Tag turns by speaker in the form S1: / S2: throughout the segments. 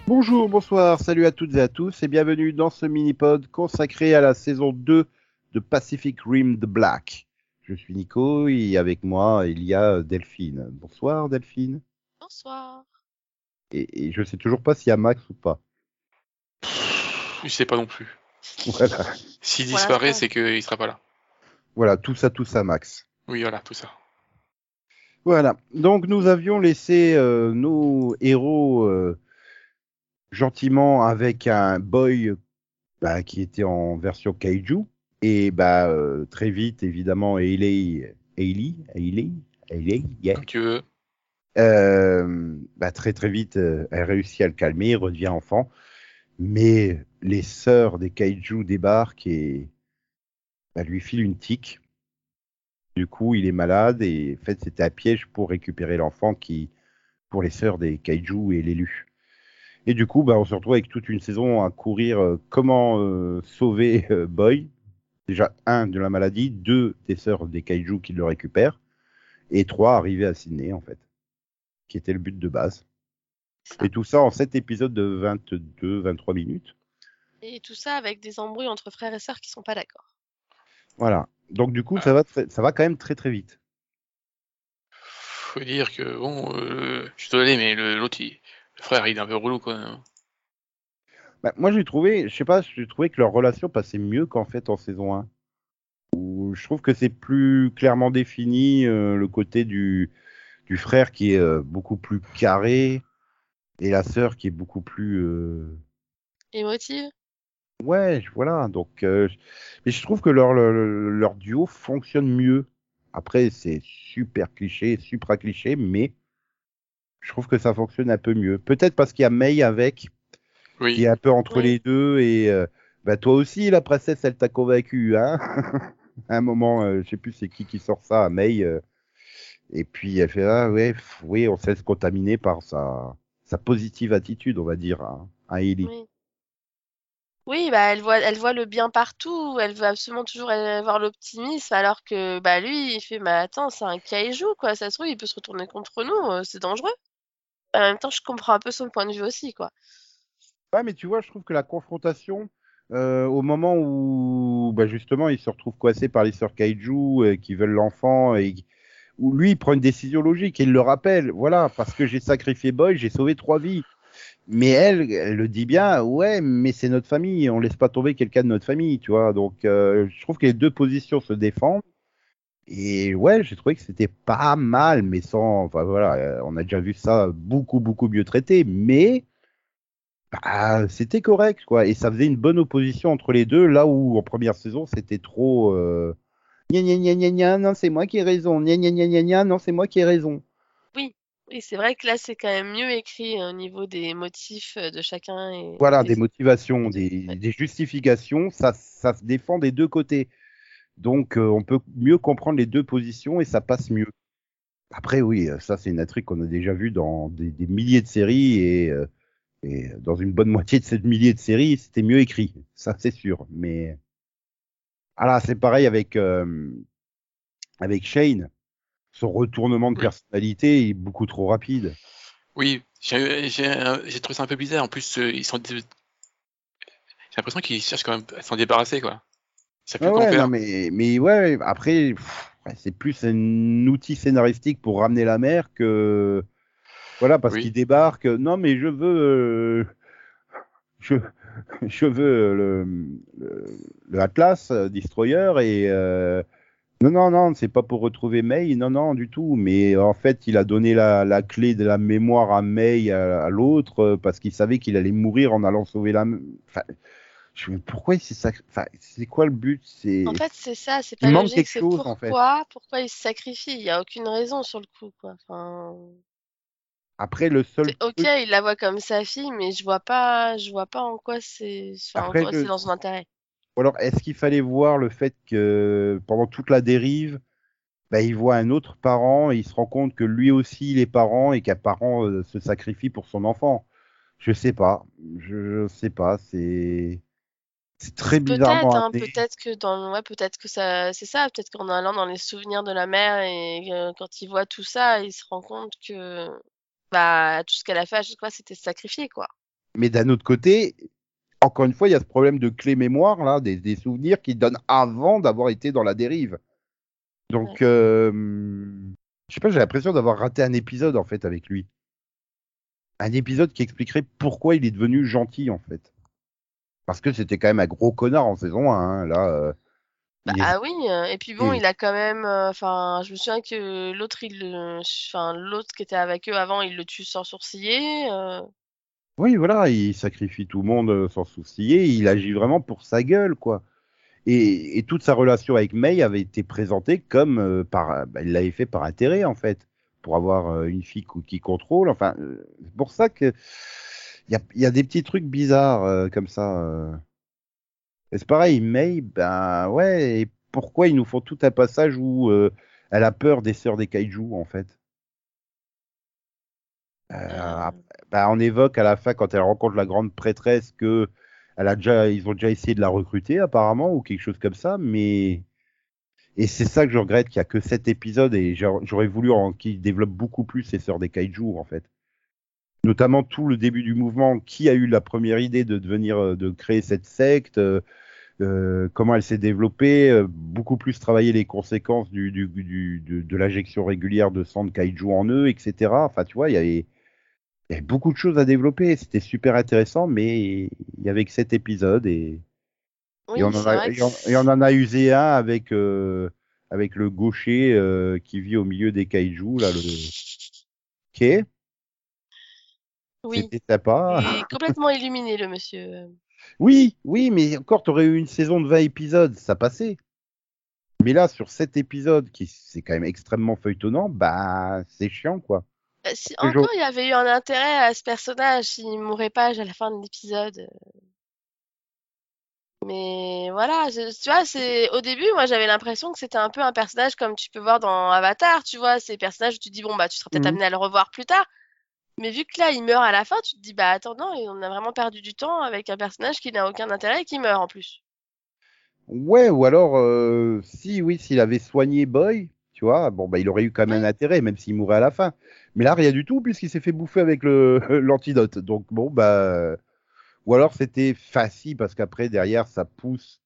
S1: Bonjour, bonsoir, salut à toutes et à tous et bienvenue dans ce mini-pod consacré à la saison 2 de Pacific Rim The Black. Je suis Nico et avec moi il y a Delphine. Bonsoir Delphine.
S2: Bonsoir.
S1: Et je sais toujours pas s'il y a Max ou pas.
S3: Je sais pas non plus.
S1: Voilà,
S3: S'il
S2: Pour
S3: disparaît,
S2: l'instant,
S3: c'est qu'il sera pas là.
S1: voilà, tout ça Max.
S3: Oui, voilà, tout ça.
S1: Voilà, donc nous avions laissé nos héros gentiment avec un boy qui était en version kaiju. Et très vite, évidemment, Hailey, yeah.
S3: Comme tu veux.
S1: Très très vite, elle réussit à le calmer, il redevient enfant. Mais les sœurs des kaiju débarquent et lui filent une tique. Du coup, il est malade et en fait, c'était un piège pour récupérer l'enfant qui, pour les sœurs des kaiju et l'élu. Et du coup, on se retrouve avec toute une saison à courir comment sauver Boy. Déjà, un, de la maladie, deux, des sœurs des kaiju qui le récupèrent, et trois, arriver à Sydney, en fait, qui était le but de base.
S2: c'est
S1: Et
S2: ça.
S1: tout ça en 7 épisodes de 22-23 minutes.
S2: Et tout ça avec des embrouilles entre frères et sœurs qui sont pas d'accord.
S1: Voilà. Donc, du coup,
S3: Ah,
S1: ça va quand même très très vite.
S3: faut dire que, bon, je suis désolé, mais le frère, il est un peu relou, quoi, hein.
S1: Moi, j'ai trouvé, je sais pas, j'ai trouvé que leur relation passait mieux qu'en fait en saison 1. Où je trouve que c'est plus clairement défini le côté du frère qui est beaucoup plus carré et la sœur qui est beaucoup plus
S2: Émotive?
S1: ouais, voilà. Donc, mais je trouve que leur duo fonctionne mieux. Après, c'est super cliché, supra cliché, mais je trouve que ça fonctionne un peu mieux. Peut-être parce qu'il y a May avec, qui
S3: Oui.
S1: est un peu entre
S2: Oui.
S1: les deux, et toi aussi, la princesse, elle t'a convaincu, hein? À un moment, je sais plus c'est qui sort ça à May, et puis elle fait ah ouais, oui, on se laisse contaminer par sa positive attitude, on va dire, à Ellie.
S2: Oui. Oui, bah elle voit le bien partout, elle veut absolument toujours avoir l'optimisme, alors que bah lui, il fait mais attends, c'est un kaiju quoi, ça se trouve, il peut se retourner contre nous, c'est dangereux. En même temps, je comprends un peu son point de vue aussi, quoi.
S1: Ouais, mais tu vois, je trouve que la confrontation, au moment où justement il se retrouve coincé par les sœurs Kaiju qui veulent l'enfant, et où lui il prend une décision logique et il le rappelle, voilà, parce que j'ai sacrifié Boy, j'ai sauvé trois vies. Mais elle le dit bien, ouais, mais c'est notre famille, on laisse pas tomber quelqu'un de notre famille, tu vois. Donc je trouve que les deux positions se défendent. Et ouais, j'ai trouvé que c'était pas mal, mais sans, enfin voilà, on a déjà vu ça beaucoup mieux traité, mais c'était correct, quoi. Et ça faisait une bonne opposition entre les deux, là où en première saison, c'était trop gna gna gna gna gna, non, c'est moi qui ai raison, gna gna gna gna gna, non, c'est moi qui ai raison.
S2: Oui. Oui, c'est vrai que là, c'est quand même mieux écrit au niveau des motifs de chacun et
S1: Voilà, des
S2: des
S1: motivations,
S2: deux. Ouais.
S1: des justifications, ça se défend des deux côtés. Donc, on peut mieux comprendre les deux positions et ça passe mieux. Après, oui, ça, c'est une intrigue qu'on a déjà vue dans des milliers de séries et dans une bonne moitié de ces milliers de séries, c'était mieux écrit. Ça, c'est sûr. Mais, voilà, c'est pareil avec Shane. Son retournement de
S3: Oui.
S1: personnalité est beaucoup trop rapide.
S3: Oui. J'ai trouvé ça un peu bizarre. En plus, j'ai l'impression qu'ils cherchent quand même à s'en débarrasser, quoi. Ils savent
S1: Ouais,
S3: plus comment
S1: ouais, non,
S3: faire.
S1: mais ouais, après, ouais, c'est plus un outil scénaristique pour ramener la mer que, voilà, parce qu'il
S3: Oui.
S1: débarque. Non, mais je, je veux le Atlas Destroyer et non, non, non, c'est pas pour retrouver May, non, non, du tout. Mais en fait, il a donné la clé de la mémoire à May à l'autre parce qu'il savait qu'il allait mourir en allant sauver enfin, pourquoi il s'est enfin, c'est quoi le but?
S2: En fait, c'est ça, c'est
S1: Il
S2: pas
S1: manque
S2: logique,
S1: quelque
S2: c'est
S1: chose en fait.
S2: pourquoi il se sacrifie. Il y a aucune raison sur le coup, quoi. Enfin,
S1: Après, le seul
S2: c'est ok,
S1: truc,
S2: il la voit comme sa fille, mais je vois pas en quoi en
S1: après,
S2: quoi c'est dans son intérêt.
S1: ou alors, est-ce qu'il fallait voir le fait que pendant toute la dérive, il voit un autre parent et il se rend compte que lui aussi il est parent et qu'un parent se sacrifie pour son enfant. Je sais pas. Je sais pas. C'est très bizarrement
S2: Peut-être, hein,
S1: amené.
S2: peut-être que ça, c'est ça. Peut-être qu'en allant dans les souvenirs de la mère et quand il voit tout ça, il se rend compte que bah tout ce qu'elle a fait à chaque fois, c'était se sacrifier, quoi.
S1: Mais d'un autre côté, encore une fois, il y a ce problème de clé mémoire, là, des souvenirs qui donnent avant d'avoir été dans la dérive. Donc, je sais pas, j'ai l'impression d'avoir raté un épisode, en fait, avec lui. Un épisode qui expliquerait pourquoi il est devenu gentil, en fait. Parce que c'était quand même un gros connard en saison 1, hein. Là, il est...
S2: Ah oui, et puis bon, il a quand même, enfin, je me souviens que l'autre qui était avec eux avant, il le tue sans sourciller.
S1: Oui, voilà, il sacrifie tout le monde sans sourciller. Il agit vraiment pour sa gueule, quoi. Et toute sa relation avec May avait été présentée comme bah, il l'avait fait par intérêt en fait, pour avoir une fille qui contrôle. Enfin, c'est pour ça que il y a des petits trucs bizarres comme ça. Et c'est pareil, May, ben ouais. Et pourquoi ils nous font tout un passage où elle a peur des sœurs des kaiju en fait?
S2: Euh,
S1: Bah, on évoque à la fin quand elle rencontre la grande prêtresse que ils ont déjà essayé de la recruter apparemment ou quelque chose comme ça, mais et c'est ça que je regrette qu'il y a que 7 épisodes et j'aurais voulu qu'ils développent beaucoup plus ces sœurs des kaiju en fait. Notamment tout le début du mouvement, qui a eu la première idée de de créer cette secte, comment elle s'est développée, beaucoup plus travailler les conséquences de l'injection régulière de sang de kaiju en eux, etc. Enfin, tu vois, il y avait beaucoup de choses à développer. C'était super intéressant, mais il y avait que 7 épisodes et
S2: Oui, c'est vrai que
S1: on en a usé un avec le gaucher qui vit au milieu des kaijus, là, le quai.
S2: oui,
S1: C'était sympa.
S2: il est complètement illuminé le monsieur.
S1: Oui, oui, mais encore, t'aurais eu une saison de 20 épisodes, ça passait. Mais là, sur 7 épisodes, qui c'est quand même extrêmement feuilletonnant, bah, c'est chiant, quoi.
S2: Si
S1: Que
S2: encore il y avait eu un intérêt à ce personnage, s'il mourrait pas à la fin de l'épisode. Mais voilà, tu vois, c'est au début, moi j'avais l'impression que c'était un peu un personnage comme tu peux voir dans Avatar, tu vois, ces personnages où tu te dis bon bah tu seras peut-être
S1: Mhm.
S2: amené à le revoir plus tard. Mais vu que là il meurt à la fin, tu te dis bah attends non, on a vraiment perdu du temps avec un personnage qui n'a aucun intérêt et qui meurt en plus.
S1: Ouais, ou alors, si, oui, s'il avait soigné Boy, tu vois, bon, bah, il aurait eu quand même un
S2: Oui,
S1: intérêt, même s'il mourait à la fin. Mais là, rien du tout, puisqu'il s'est fait bouffer avec l'antidote. Donc, bon, bah, ou alors c'était facile, parce qu'après, derrière, ça pousse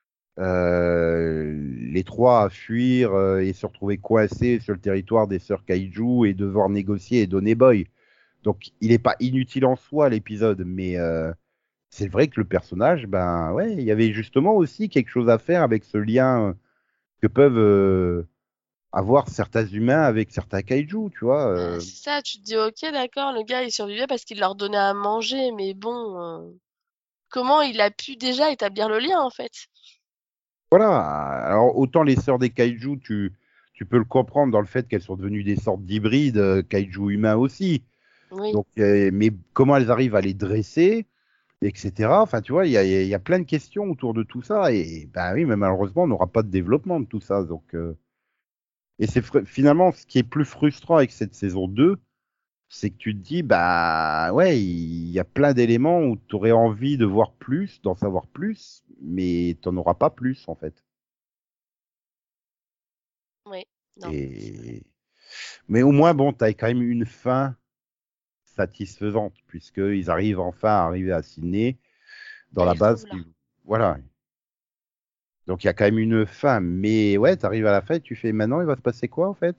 S1: les trois à fuir et se retrouver coincés sur le territoire des sœurs Kaiju et devoir négocier et donner Boy. Donc, il n'est pas inutile en soi, l'épisode, mais c'est vrai que le personnage, ben ouais, il y avait justement aussi quelque chose à faire avec ce lien que peuvent avoir certains humains avec certains kaiju, tu vois.
S2: c'est ça, tu te dis ok d'accord, le gars il survivait parce qu'il leur donnait à manger, mais bon, comment il a pu déjà établir le lien en fait?
S1: Voilà. Alors, autant les sœurs des kaiju, tu peux le comprendre dans le fait qu'elles sont devenues des sortes d'hybrides, kaiju humains aussi.
S2: Oui,
S1: Donc, mais comment elles arrivent à les dresser, etc. Enfin, tu vois, il y a plein de questions autour de tout ça. Et ben oui, mais malheureusement, on n'aura pas de développement de tout ça. Donc, et c'est finalement ce qui est plus frustrant avec cette saison 2, c'est que tu te dis, bah ouais, il y a plein d'éléments où tu aurais envie de voir plus, d'en savoir plus, mais tu n'en auras pas plus en fait.
S2: oui, non, c'est vrai.
S1: Et... Mais au moins, bon, tu as quand même une fin satisfaisante, puisqu'ils arrivent enfin à arriver à Sydney dans
S2: Et
S1: la
S2: il
S1: base.
S2: retrouve là.
S1: Voilà. Donc il y a quand même une fin, mais ouais, tu arrives à la fin et tu fais maintenant, il va se passer quoi en fait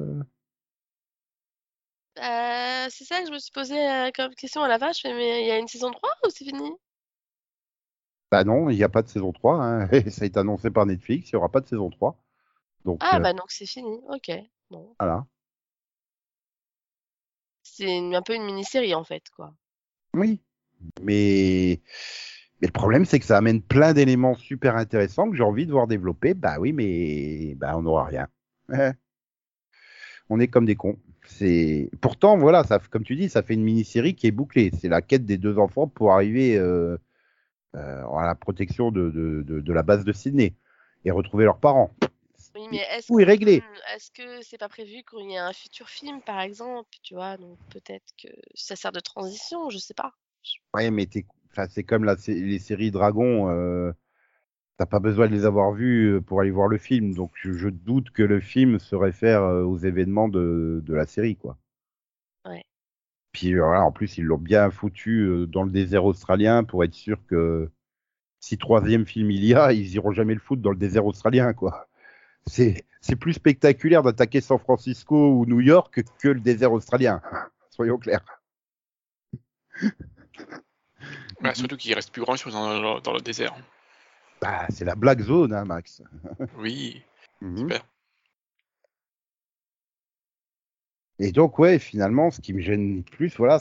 S2: C'est ça que je me suis posé comme question à la fin. Je fais, mais il y a une saison 3 ou c'est fini?
S1: Bah non, il n'y a pas de saison 3, hein. Ça a été annoncé par Netflix, il n'y aura pas de saison 3. Donc
S2: Ah bah donc c'est fini. Ok. Bon.
S1: voilà.
S2: C'est un peu une mini-série en fait, quoi.
S1: Oui, mais... mais le problème, c'est que ça amène plein d'éléments super intéressants que j'ai envie de voir développer. Bah oui, mais bah, on n'aura rien. On est comme des cons. Pourtant, voilà, ça, comme tu dis, ça fait une mini-série qui est bouclée. C'est la quête des deux enfants pour arriver à la protection de la base de Sydney et retrouver leurs parents.
S2: Oui, mais
S1: Tout est réglé.
S2: est-ce que c'est pas prévu qu'il y ait un futur film, par exemple, tu vois? Donc peut-être que ça sert de transition, je sais pas.
S1: Ouais, mais enfin, c'est comme les séries Dragon. T'as pas besoin de les avoir vus pour aller voir le film. Donc je doute que le film se réfère aux événements de la série, quoi.
S2: Ouais.
S1: Puis voilà, en plus, ils l'ont bien foutu dans le désert australien pour être sûr que si troisième film il y a, ils iront jamais le foutre dans le désert australien, quoi. C'est plus spectaculaire d'attaquer San Francisco ou New York que le désert australien. Soyons clairs.
S3: Bah, surtout qu'il reste plus grand chose dans le désert.
S1: Bah, c'est la Black Zone, hein, Max.
S3: Oui,
S1: Mhm.
S3: super.
S1: Et donc, ouais, finalement, ce qui me gêne le plus, voilà,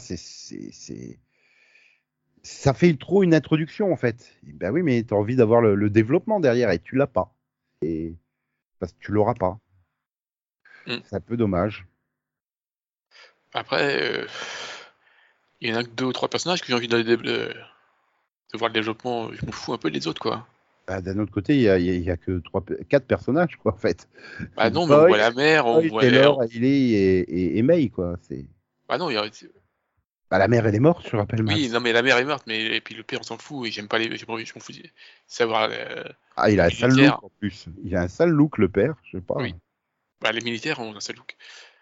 S1: ça fait trop une introduction, en fait. Et ben oui, mais t'as envie d'avoir le développement derrière et tu l'as pas. Et parce que tu l'auras pas.
S3: Mm.
S1: C'est un peu dommage.
S3: Après, il y en a que 2 ou 3 personnages que j'ai envie de voir le développement. Je m'en fous un peu des autres, quoi.
S1: Bah, d'un autre côté, il y a que 4 personnages, quoi, en fait.
S3: Bah
S1: C'est
S3: non, mais on
S1: Boy,
S3: voit la mère, on voit...
S1: Taylor, Hailey et May, quoi.
S3: Bah non,
S1: Bah, la mère, elle est morte, je rappelle,
S3: oui,
S1: Max.
S3: non, mais la mère est morte, mais et puis le père, on s'en fout, et j'aime pas les... Je m'en fous de savoir
S1: Ah, il a
S3: les
S1: un sale
S3: militaires.
S1: look, en plus. Il a un sale look, le père, je sais pas.
S3: Oui. Bah, les militaires ont un seul look.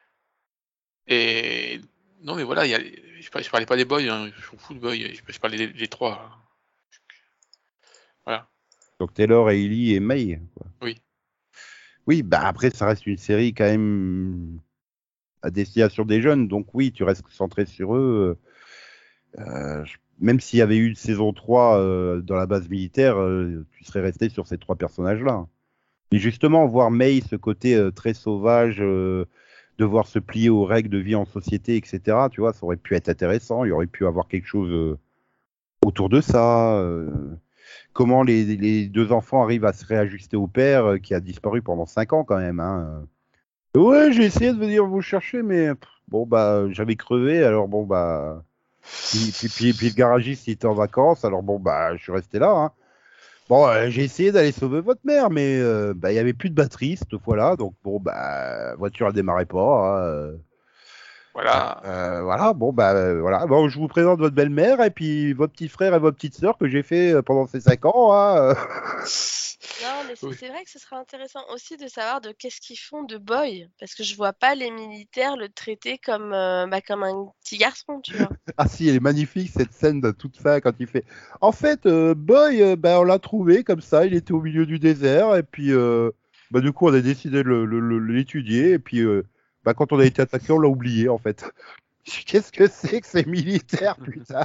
S3: Et... Non, mais voilà, je parlais pas des boys, hein. Je m'en fous de boys, je parlais des 3. Voilà,
S1: Donc, Taylor, Hailey et May, quoi.
S3: oui.
S1: Oui, bah après, ça reste une série quand même à destination des jeunes, donc oui, tu restes centré sur eux. Même s'il y avait eu une saison 3 dans la base militaire, tu serais resté sur ces 3 personnages-là. Mais justement, voir May, ce côté très sauvage, devoir se plier aux règles de vie en société, etc., tu vois, ça aurait pu être intéressant, il y aurait pu avoir quelque chose autour de ça. Comment les 2 enfants arrivent à se réajuster au père qui a disparu pendant 5 ans quand même, hein. Ouais, j'ai essayé de venir vous chercher, mais bon, bah, j'avais crevé, alors bon, bah. Puis le garagiste, il était en vacances, alors bon, bah, je suis resté là, hein. Bon, j'ai essayé d'aller sauver votre mère, mais bah, il y avait plus de batterie cette fois-là, donc bon, bah, voiture elle démarrait pas, hein,
S3: Voilà.
S1: voilà, bon, bah, voilà. Bon, je vous présente votre belle-mère et puis votre petit frère et votre petite sœur que j'ai fait pendant ces 5 ans, hein.
S2: Non, mais
S3: Oui.
S2: c'est vrai que ce serait intéressant aussi de savoir de qu'est-ce qu'ils font de Boy, parce que je vois pas les militaires le traiter comme, comme un petit garçon, tu vois.
S1: Ah si, elle est magnifique cette scène de toute fin quand il fait. En fait, Boy, bah, on l'a trouvé comme ça, il était au milieu du désert et puis bah, du coup on a décidé de l'étudier et puis bah, quand on a été attaqué, on l'a oublié en fait. Qu'est-ce que c'est que ces militaires, putain?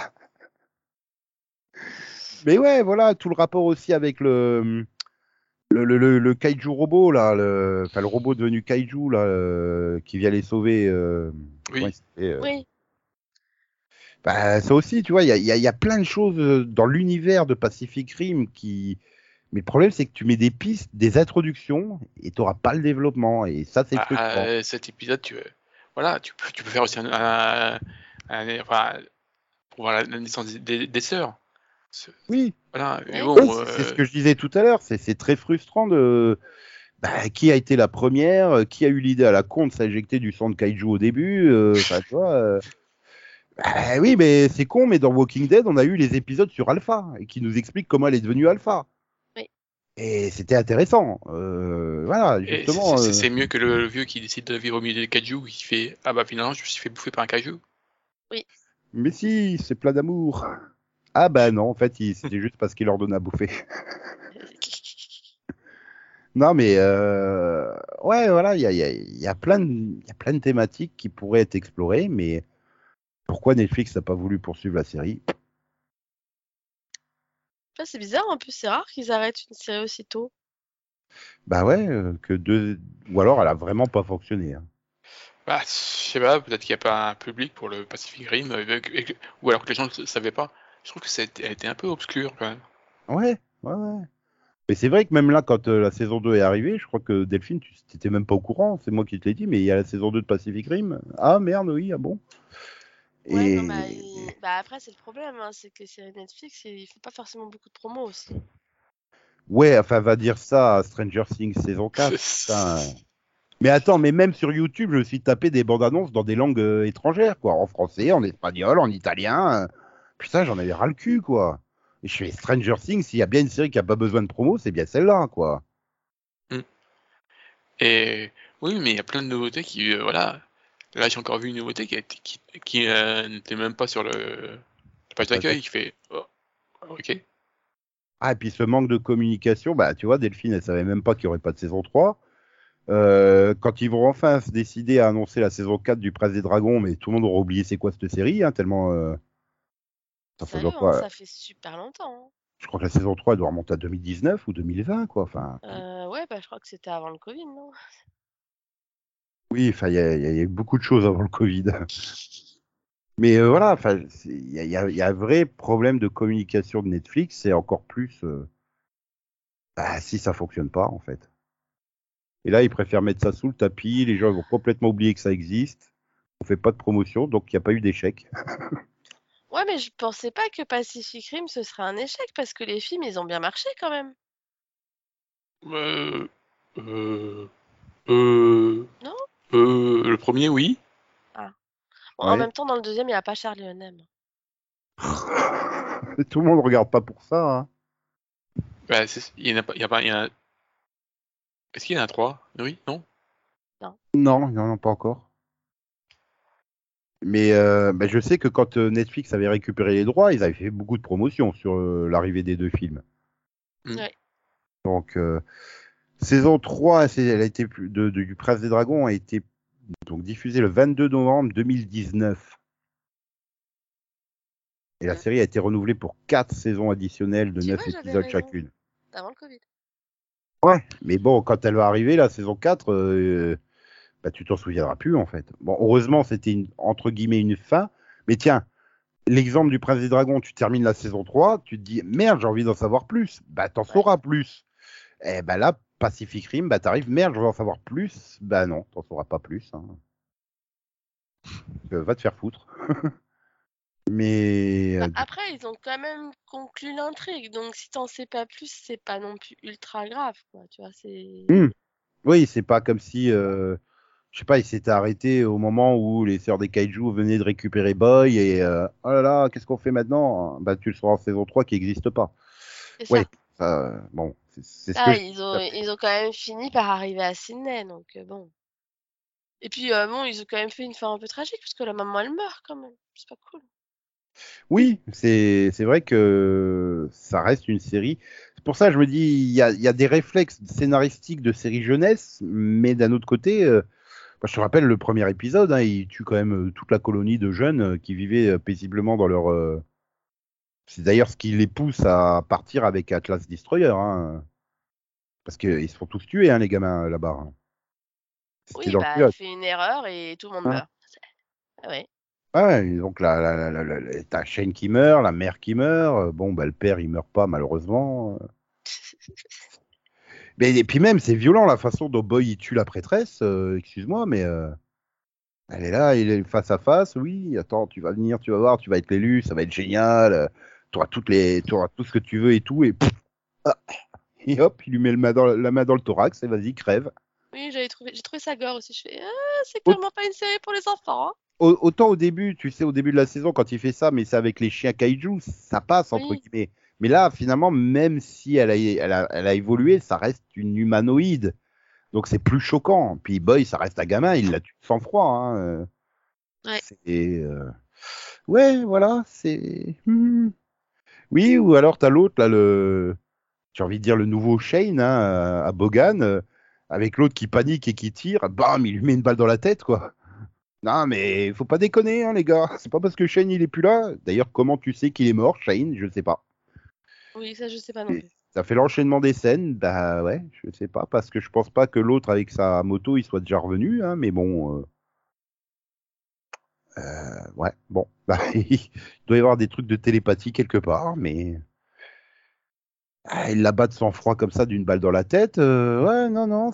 S1: Mais ouais, voilà, tout le rapport aussi avec le kaiju robot là, enfin le robot devenu kaiju là, qui vient les sauver. Comment il
S3: Oui.
S1: s'appelait,
S2: Oui,
S1: bah, ça aussi, tu vois, il y a plein de choses dans l'univers de Pacific Rim qui. Mais le problème, c'est que tu mets des pistes, des introductions, et tu n'auras pas le développement. Et ça, c'est frustrant.
S3: Cet épisode, voilà, tu peux faire aussi enfin, pour voir la naissance des sœurs.
S1: Oui,
S3: Voilà, mais
S2: oui.
S3: bon,
S1: ouais, c'est ce que je disais tout à l'heure. C'est très frustrant de. Bah, qui a été la première, qui a eu l'idée à la con de s'injecter du sang de kaiju au début. Enfin, tu vois. Bah, oui, mais c'est con, mais dans Walking Dead, on a eu les épisodes sur Alpha, et qui nous expliquent comment elle est devenue Alpha.
S2: Oui.
S1: Et c'était intéressant. Voilà,
S3: et
S1: justement.
S3: c'est mieux que le vieux qui décide de vivre au milieu des kaiju, qui fait ah bah finalement je me suis fait bouffer par un kaiju.
S1: Mais si, c'est plein d'amour. Ah bah non, en fait, c'était juste parce qu'il leur donnait à bouffer. Non, mais ouais, voilà, il y a il y a plein de thématiques qui pourraient être explorées, mais pourquoi Netflix n'a pas voulu poursuivre la série?
S2: Ah, c'est bizarre, en plus, c'est rare qu'ils arrêtent une série aussitôt.
S1: Bah ouais, ou alors elle a vraiment pas fonctionné, hein.
S3: Bah je sais pas, peut-être qu'il n'y a pas un public pour le Pacific Rim, ou alors que les gens ne le savaient pas. Je trouve que elle était un peu obscure quand même.
S1: Ouais, ouais, ouais. Mais c'est vrai que même là, quand la saison 2 est arrivée, je crois que Delphine, tu n'étais même pas au courant, c'est moi qui te l'ai dit, mais il y a la saison 2 de Pacific Rim. Ah merde, oui, ah bon.
S2: Ouais, non,
S1: Et
S2: bah après, c'est le problème, hein, c'est que les séries Netflix, ils font pas forcément beaucoup de promos aussi.
S1: ouais, enfin, va dire ça à Stranger Things saison 4. Putain. Mais attends, mais même sur YouTube, je me suis tapé des bandes annonces dans des langues étrangères, quoi. En français, en espagnol, en italien. Putain, j'en avais ras le cul, quoi. Et je fais Stranger Things, s'il y a bien une série qui a pas besoin de promo, c'est bien celle-là, quoi.
S3: Mm. Et oui, mais il y a plein de nouveautés qui, voilà, Là, j'ai encore vu une nouveauté qui n'était même pas sur la page d'accueil, qui fait oh, ok.
S1: Ah, et puis ce manque de communication, bah tu vois, Delphine, elle savait même pas qu'il y aurait pas de saison 3. Quand ils vont enfin se décider à annoncer la saison 4 du Prince des Dragons, mais tout le monde aura oublié c'est quoi cette série, hein, tellement ça doit
S2: Sérieux, hein,
S1: quoi.
S2: ça fait super longtemps.
S1: Je crois que la saison 3 elle doit remonter à 2019 ou 2020, quoi. Enfin,
S2: Ouais, bah je crois que c'était avant le Covid, non?
S1: oui, enfin, il y a eu beaucoup de choses avant le Covid. Mais voilà, enfin, il y a un vrai problème de communication de Netflix, et encore plus bah, si ça fonctionne pas, en fait. Et là, ils préfèrent mettre ça sous le tapis, les gens vont complètement oublier que ça existe, on fait pas de promotion, donc il n'y a pas eu d'échec.
S2: Ouais, mais je pensais pas que Pacific Rim ce serait un échec parce que les films ils ont bien marché quand même.
S3: Euh, euh, euh,
S2: Non?
S3: le premier, oui.
S2: Ah. Bon, en
S1: Ouais.
S2: même temps, dans le deuxième, il n'y a pas Charlie Hunnam.
S1: Tout le monde regarde pas pour ça, hein.
S3: Bah, il y en a pas, il y a pas, il y en a... Est-ce qu'il y en a trois? Oui, non?
S2: Non.
S1: Non, il n'y en a pas encore. Mais bah, je sais que quand Netflix avait récupéré les droits, ils avaient fait beaucoup de promotions sur l'arrivée des deux films.
S3: Hmm.
S2: Ouais.
S1: Donc, saison 3 elle a été du Prince des Dragons a été donc diffusée le 22 novembre 2019. Et la
S2: Mm.
S1: série a été renouvelée pour 4 saisons additionnelles de
S2: Tu vois,
S1: 9
S2: j'avais
S1: épisodes
S2: raison.
S1: chacune.
S2: Avant le Covid.
S1: Ouais, mais bon, quand elle va arriver, la saison 4, bah, tu t'en souviendras plus, en fait. Bon, heureusement, c'était entre guillemets une fin. Mais tiens, l'exemple du Prince des Dragons, tu termines la saison 3, tu te dis, merde, j'ai envie d'en savoir plus. Bah, t'en
S2: Ouais.
S1: sauras plus. Et bah là, Pacific Rim, bah t'arrives, merde, je veux en savoir plus. Bah non, t'en sauras pas plus, hein. Va te faire foutre. Mais
S2: Bah, après, ils ont quand même conclu l'intrigue, donc si t'en sais pas plus, c'est pas non plus ultra grave, quoi. Tu vois, c'est.
S1: hmm, oui, c'est pas comme si, je sais pas, il s'était arrêté au moment où les sœurs des Kaiju venaient de récupérer Boy et oh là là, qu'est-ce qu'on fait maintenant? Bah tu le sauras en saison 3 qui n'existe pas.
S2: C'est
S1: Ouais,
S2: ça.
S1: bon, c'est ce que
S2: Là,
S1: je.
S2: ils ont quand même fini par arriver à Sydney, donc bon. Et puis, bon, ils ont quand même fait une fin un peu tragique, parce que la maman, elle meurt quand même. C'est pas cool.
S1: Oui, c'est vrai que ça reste une série. C'est pour ça que je me dis, il y a des réflexes scénaristiques de série jeunesse, mais d'un autre côté, moi, je te rappelle le premier épisode, hein, il tue quand même toute la colonie de jeunes qui vivaient paisiblement dans leur. C'est d'ailleurs ce qui les pousse à partir avec Atlas Destroyer, hein, parce qu'ils se font tous tuer, hein, les gamins là-bas, hein. C'était
S2: Oui,
S1: dans le
S2: bah, elle
S1: pilote.
S2: fait une erreur et tout le monde
S1: Hein.
S2: meurt. Ah ouais.
S1: Ouais, et donc t'as Shane qui meurt, la mère qui meurt. Bon, bah, le père il meurt pas malheureusement. Mais et puis même c'est violent la façon dont Boy il tue la prêtresse. Excuse-moi, mais elle est là, il est face à face. Oui, attends, tu vas venir, tu vas voir, tu vas être l'élu, ça va être génial. T'auras tout ce que tu veux et tout et, pff, ah, et hop, il lui met la main dans le thorax et vas-y crève.
S2: Oui, j'ai trouvé ça gore aussi. Je fais, ah, c'est clairement pas une série pour les enfants, hein.
S1: Autant au début, tu sais, au début de la saison, quand il fait ça, mais c'est avec les chiens kaiju, ça passe, entre
S2: Oui,
S1: guillemets. Mais là, finalement, même si elle a évolué, ça reste une humanoïde. Donc c'est plus choquant. Puis Boy, ça reste un gamin, il l'a tué sans froid, hein.
S2: ouais.
S1: C'est, ouais, voilà, c'est. Oui, ou alors t'as l'autre, là, j'ai envie de dire le nouveau Shane, hein, à Bogan, avec l'autre qui panique et qui tire, bam, il lui met une balle dans la tête, quoi. Non, mais faut pas déconner, hein, les gars. C'est pas parce que Shane il est plus là. D'ailleurs, comment tu sais qu'il est mort, Shane? Je sais pas.
S2: Oui, ça, je sais pas non
S1: Et
S2: plus.
S1: ça fait l'enchaînement des scènes. Bah ouais, je sais pas parce que je pense pas que l'autre avec sa moto il soit déjà revenu, hein, mais bon, ouais, bon, bah, il doit y avoir des trucs de télépathie quelque part, mais il la bat de sang-froid comme ça d'une balle dans la tête. Ouais, non, non,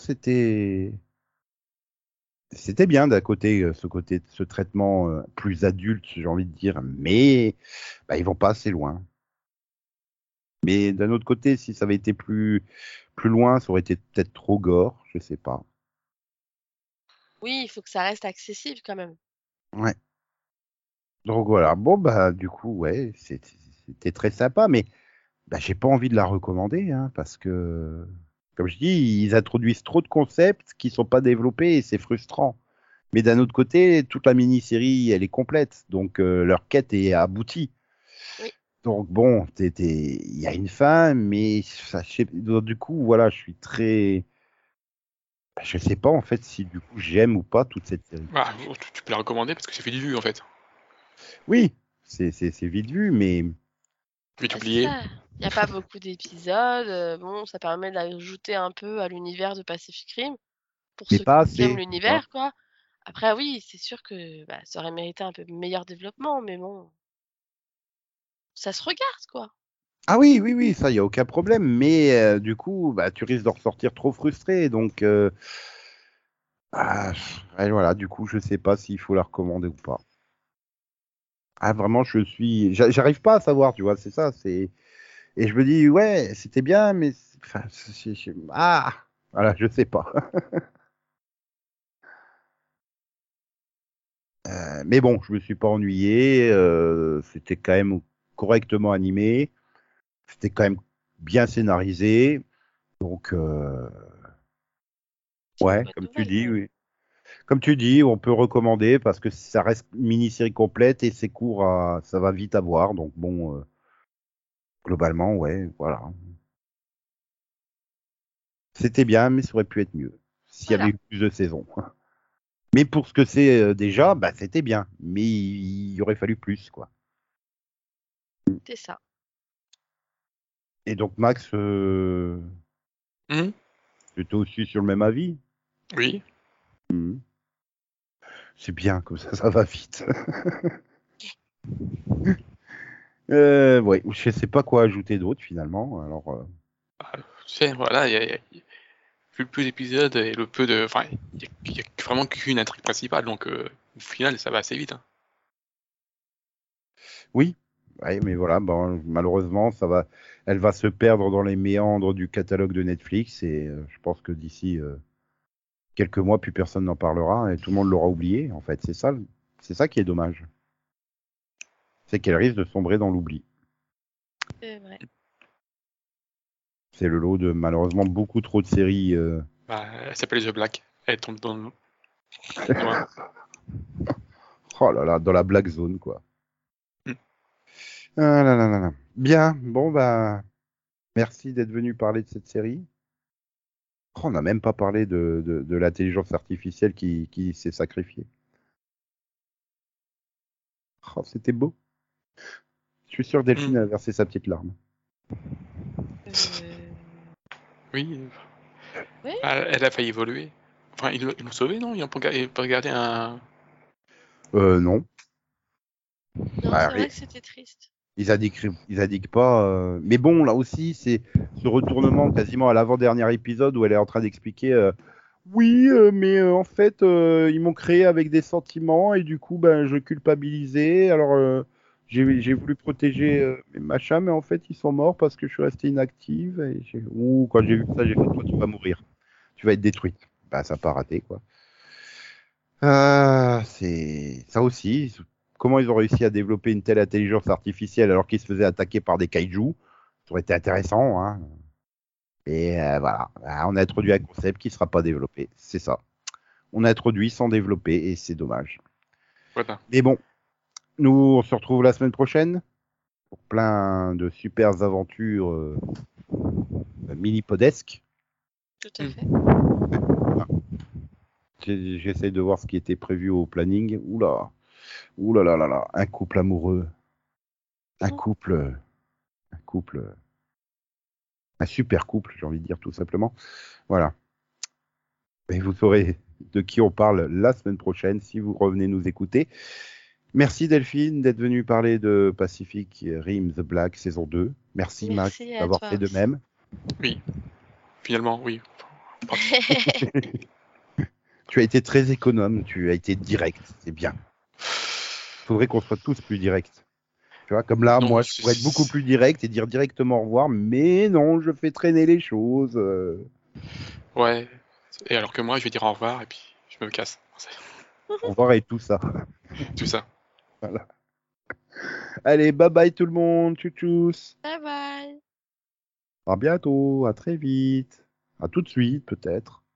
S1: c'était bien d'un côté, ce traitement plus adulte, j'ai envie de dire, mais bah, ils vont pas assez loin. Mais d'un autre côté, si ça avait été plus loin, ça aurait été peut-être trop gore, je sais pas.
S2: Oui, il faut que ça reste accessible quand même.
S1: Ouais. Donc voilà. Bon bah du coup, ouais, c'était très sympa, mais bah, j'ai pas envie de la recommander, hein, parce que, comme je dis, ils introduisent trop de concepts qui sont pas développés et c'est frustrant. Mais d'un autre côté, toute la mini-série, elle est complète, donc leur quête est aboutie.
S2: Oui.
S1: Donc bon, il y a une fin, mais ça, donc, du coup, voilà, je suis très, je sais pas en fait si du coup j'aime ou pas toute cette série.
S3: Ah, tu peux la recommander parce que c'est fait du vu en fait.
S1: Oui, c'est vite vu, mais
S3: Vite
S2: Bah, c'est
S3: oublié.
S2: ça. Il n'y a pas beaucoup d'épisodes. Bon, ça permet d'ajouter un peu à l'univers de Pacific Rim pour ceux
S1: pas
S2: qui aiment
S1: assez, tu vois.
S2: l'univers, quoi. Après, oui, c'est sûr que bah, ça aurait mérité un peu meilleur développement, mais bon, ça se regarde, quoi.
S1: Ah oui, oui, oui, ça, il y a aucun problème, mais du coup, bah, tu risques d'en ressortir trop frustré, donc ouais, voilà, du coup, je sais pas s'il faut la recommander ou pas. Ah, vraiment, j'arrive pas à savoir, tu vois, c'est ça, et je me dis, ouais, c'était bien, mais, enfin, voilà, je sais pas. Mais bon, je me suis pas ennuyé, c'était quand même correctement animé, c'était quand même bien scénarisé, donc,
S2: C'est une
S1: ouais,
S2: bonne
S1: comme tu
S2: nouvelle,
S1: dis,
S2: quand même.
S1: oui. Comme tu dis, on peut recommander parce que ça reste une mini-série complète et c'est court ça va vite à voir. Donc bon, globalement, ouais, voilà. C'était bien, mais ça aurait pu être mieux s'il y avait
S2: Voilà,
S1: eu plus de saisons. Mais pour ce que c'est déjà, bah c'était bien. Mais il y aurait fallu plus, quoi.
S2: c'est ça.
S1: Et donc Max,
S3: Hum,
S1: tu étais aussi sur le même avis.
S3: oui.
S1: Mhm. C'est bien, comme ça va vite. Ouais, je sais pas quoi ajouter d'autre finalement. Alors,
S3: Ah, tu sais, voilà, vu le peu d'épisodes et le peu de. Enfin, il y a vraiment qu'une intrigue principale, donc au final, ça va assez vite. Hein.
S1: oui, ouais, mais voilà, bon, malheureusement, elle va se perdre dans les méandres du catalogue de Netflix et je pense que d'ici quelques mois, plus personne n'en parlera et tout le monde l'aura oublié. En fait, c'est ça qui est dommage, c'est qu'elle risque de sombrer dans l'oubli.
S2: C'est vrai.
S1: C'est le lot de malheureusement beaucoup trop de séries.
S3: Bah, elle s'appelle The Black. Elle tombe dans. Loin.
S1: Oh là là, dans la black zone, quoi.
S3: Hum.
S1: Ah là là là là. Bien, bon bah, merci d'être venu parler de cette série. Oh, on n'a même pas parlé de l'intelligence artificielle qui s'est sacrifiée. Oh, c'était beau. Je suis sûr que Delphine
S3: Hum.
S1: a versé sa petite larme.
S2: Euh...
S3: Oui.
S2: Oui,
S3: Elle a failli évoluer. Enfin, ils l'ont sauvé, non? Ils ont pas regardé un.
S1: Non.
S2: non,
S1: Bah,
S2: c'est vrai que c'était triste.
S1: ils indiquent pas. Mais bon, là aussi, c'est ce retournement quasiment à l'avant-dernier épisode où elle est en train d'expliquer. Oui, mais en fait, ils m'ont créé avec des sentiments et du coup, ben, je culpabilisais. Alors, j'ai voulu protéger mes machins, mais en fait, ils sont morts parce que je suis resté inactive. Ouh, quand j'ai vu ça, j'ai fait toi, tu vas mourir. Tu vas être détruite. Bah, ça n'a pas raté, quoi. C'est ça aussi. Comment ils ont réussi à développer une telle intelligence artificielle alors qu'ils se faisaient attaquer par des kaijus? Ça aurait été intéressant, hein. Et voilà. Bah, on a introduit un concept qui ne sera pas développé. C'est ça. On a introduit sans développer et c'est dommage.
S3: Voilà.
S1: Mais bon, nous, on se retrouve la semaine prochaine pour plein de super aventures mini-podesques.
S2: Tout à fait.
S3: Hum.
S1: Ah, j'essaie de voir ce qui était prévu au planning. Oula, oula là là là, un couple amoureux, un
S2: Mhm.
S1: couple, un couple, un super couple, j'ai envie de dire tout simplement. Voilà. Et vous saurez de qui on parle la semaine prochaine si vous revenez nous écouter. Merci Delphine d'être venue parler de Pacific Rim The Black saison 2. Merci Max
S2: Merci à
S1: d'avoir
S2: toi
S1: fait de
S2: aussi.
S1: même.
S3: Oui. Finalement, oui.
S1: Tu as été très économe, tu as été direct, c'est bien. Faudrait qu'on soit tous plus directs. Tu vois, comme là,
S3: Non,
S1: moi, je pourrais être beaucoup plus direct et dire directement au revoir, mais non, je fais traîner les choses.
S3: ouais. Et alors que moi, je vais dire au revoir et puis je me casse. C'est
S1: Au revoir et tout ça.
S3: tout ça.
S1: Voilà. Allez, bye bye tout le monde, tchou
S2: Bye bye.
S1: À bientôt, à très vite, à tout de suite peut-être.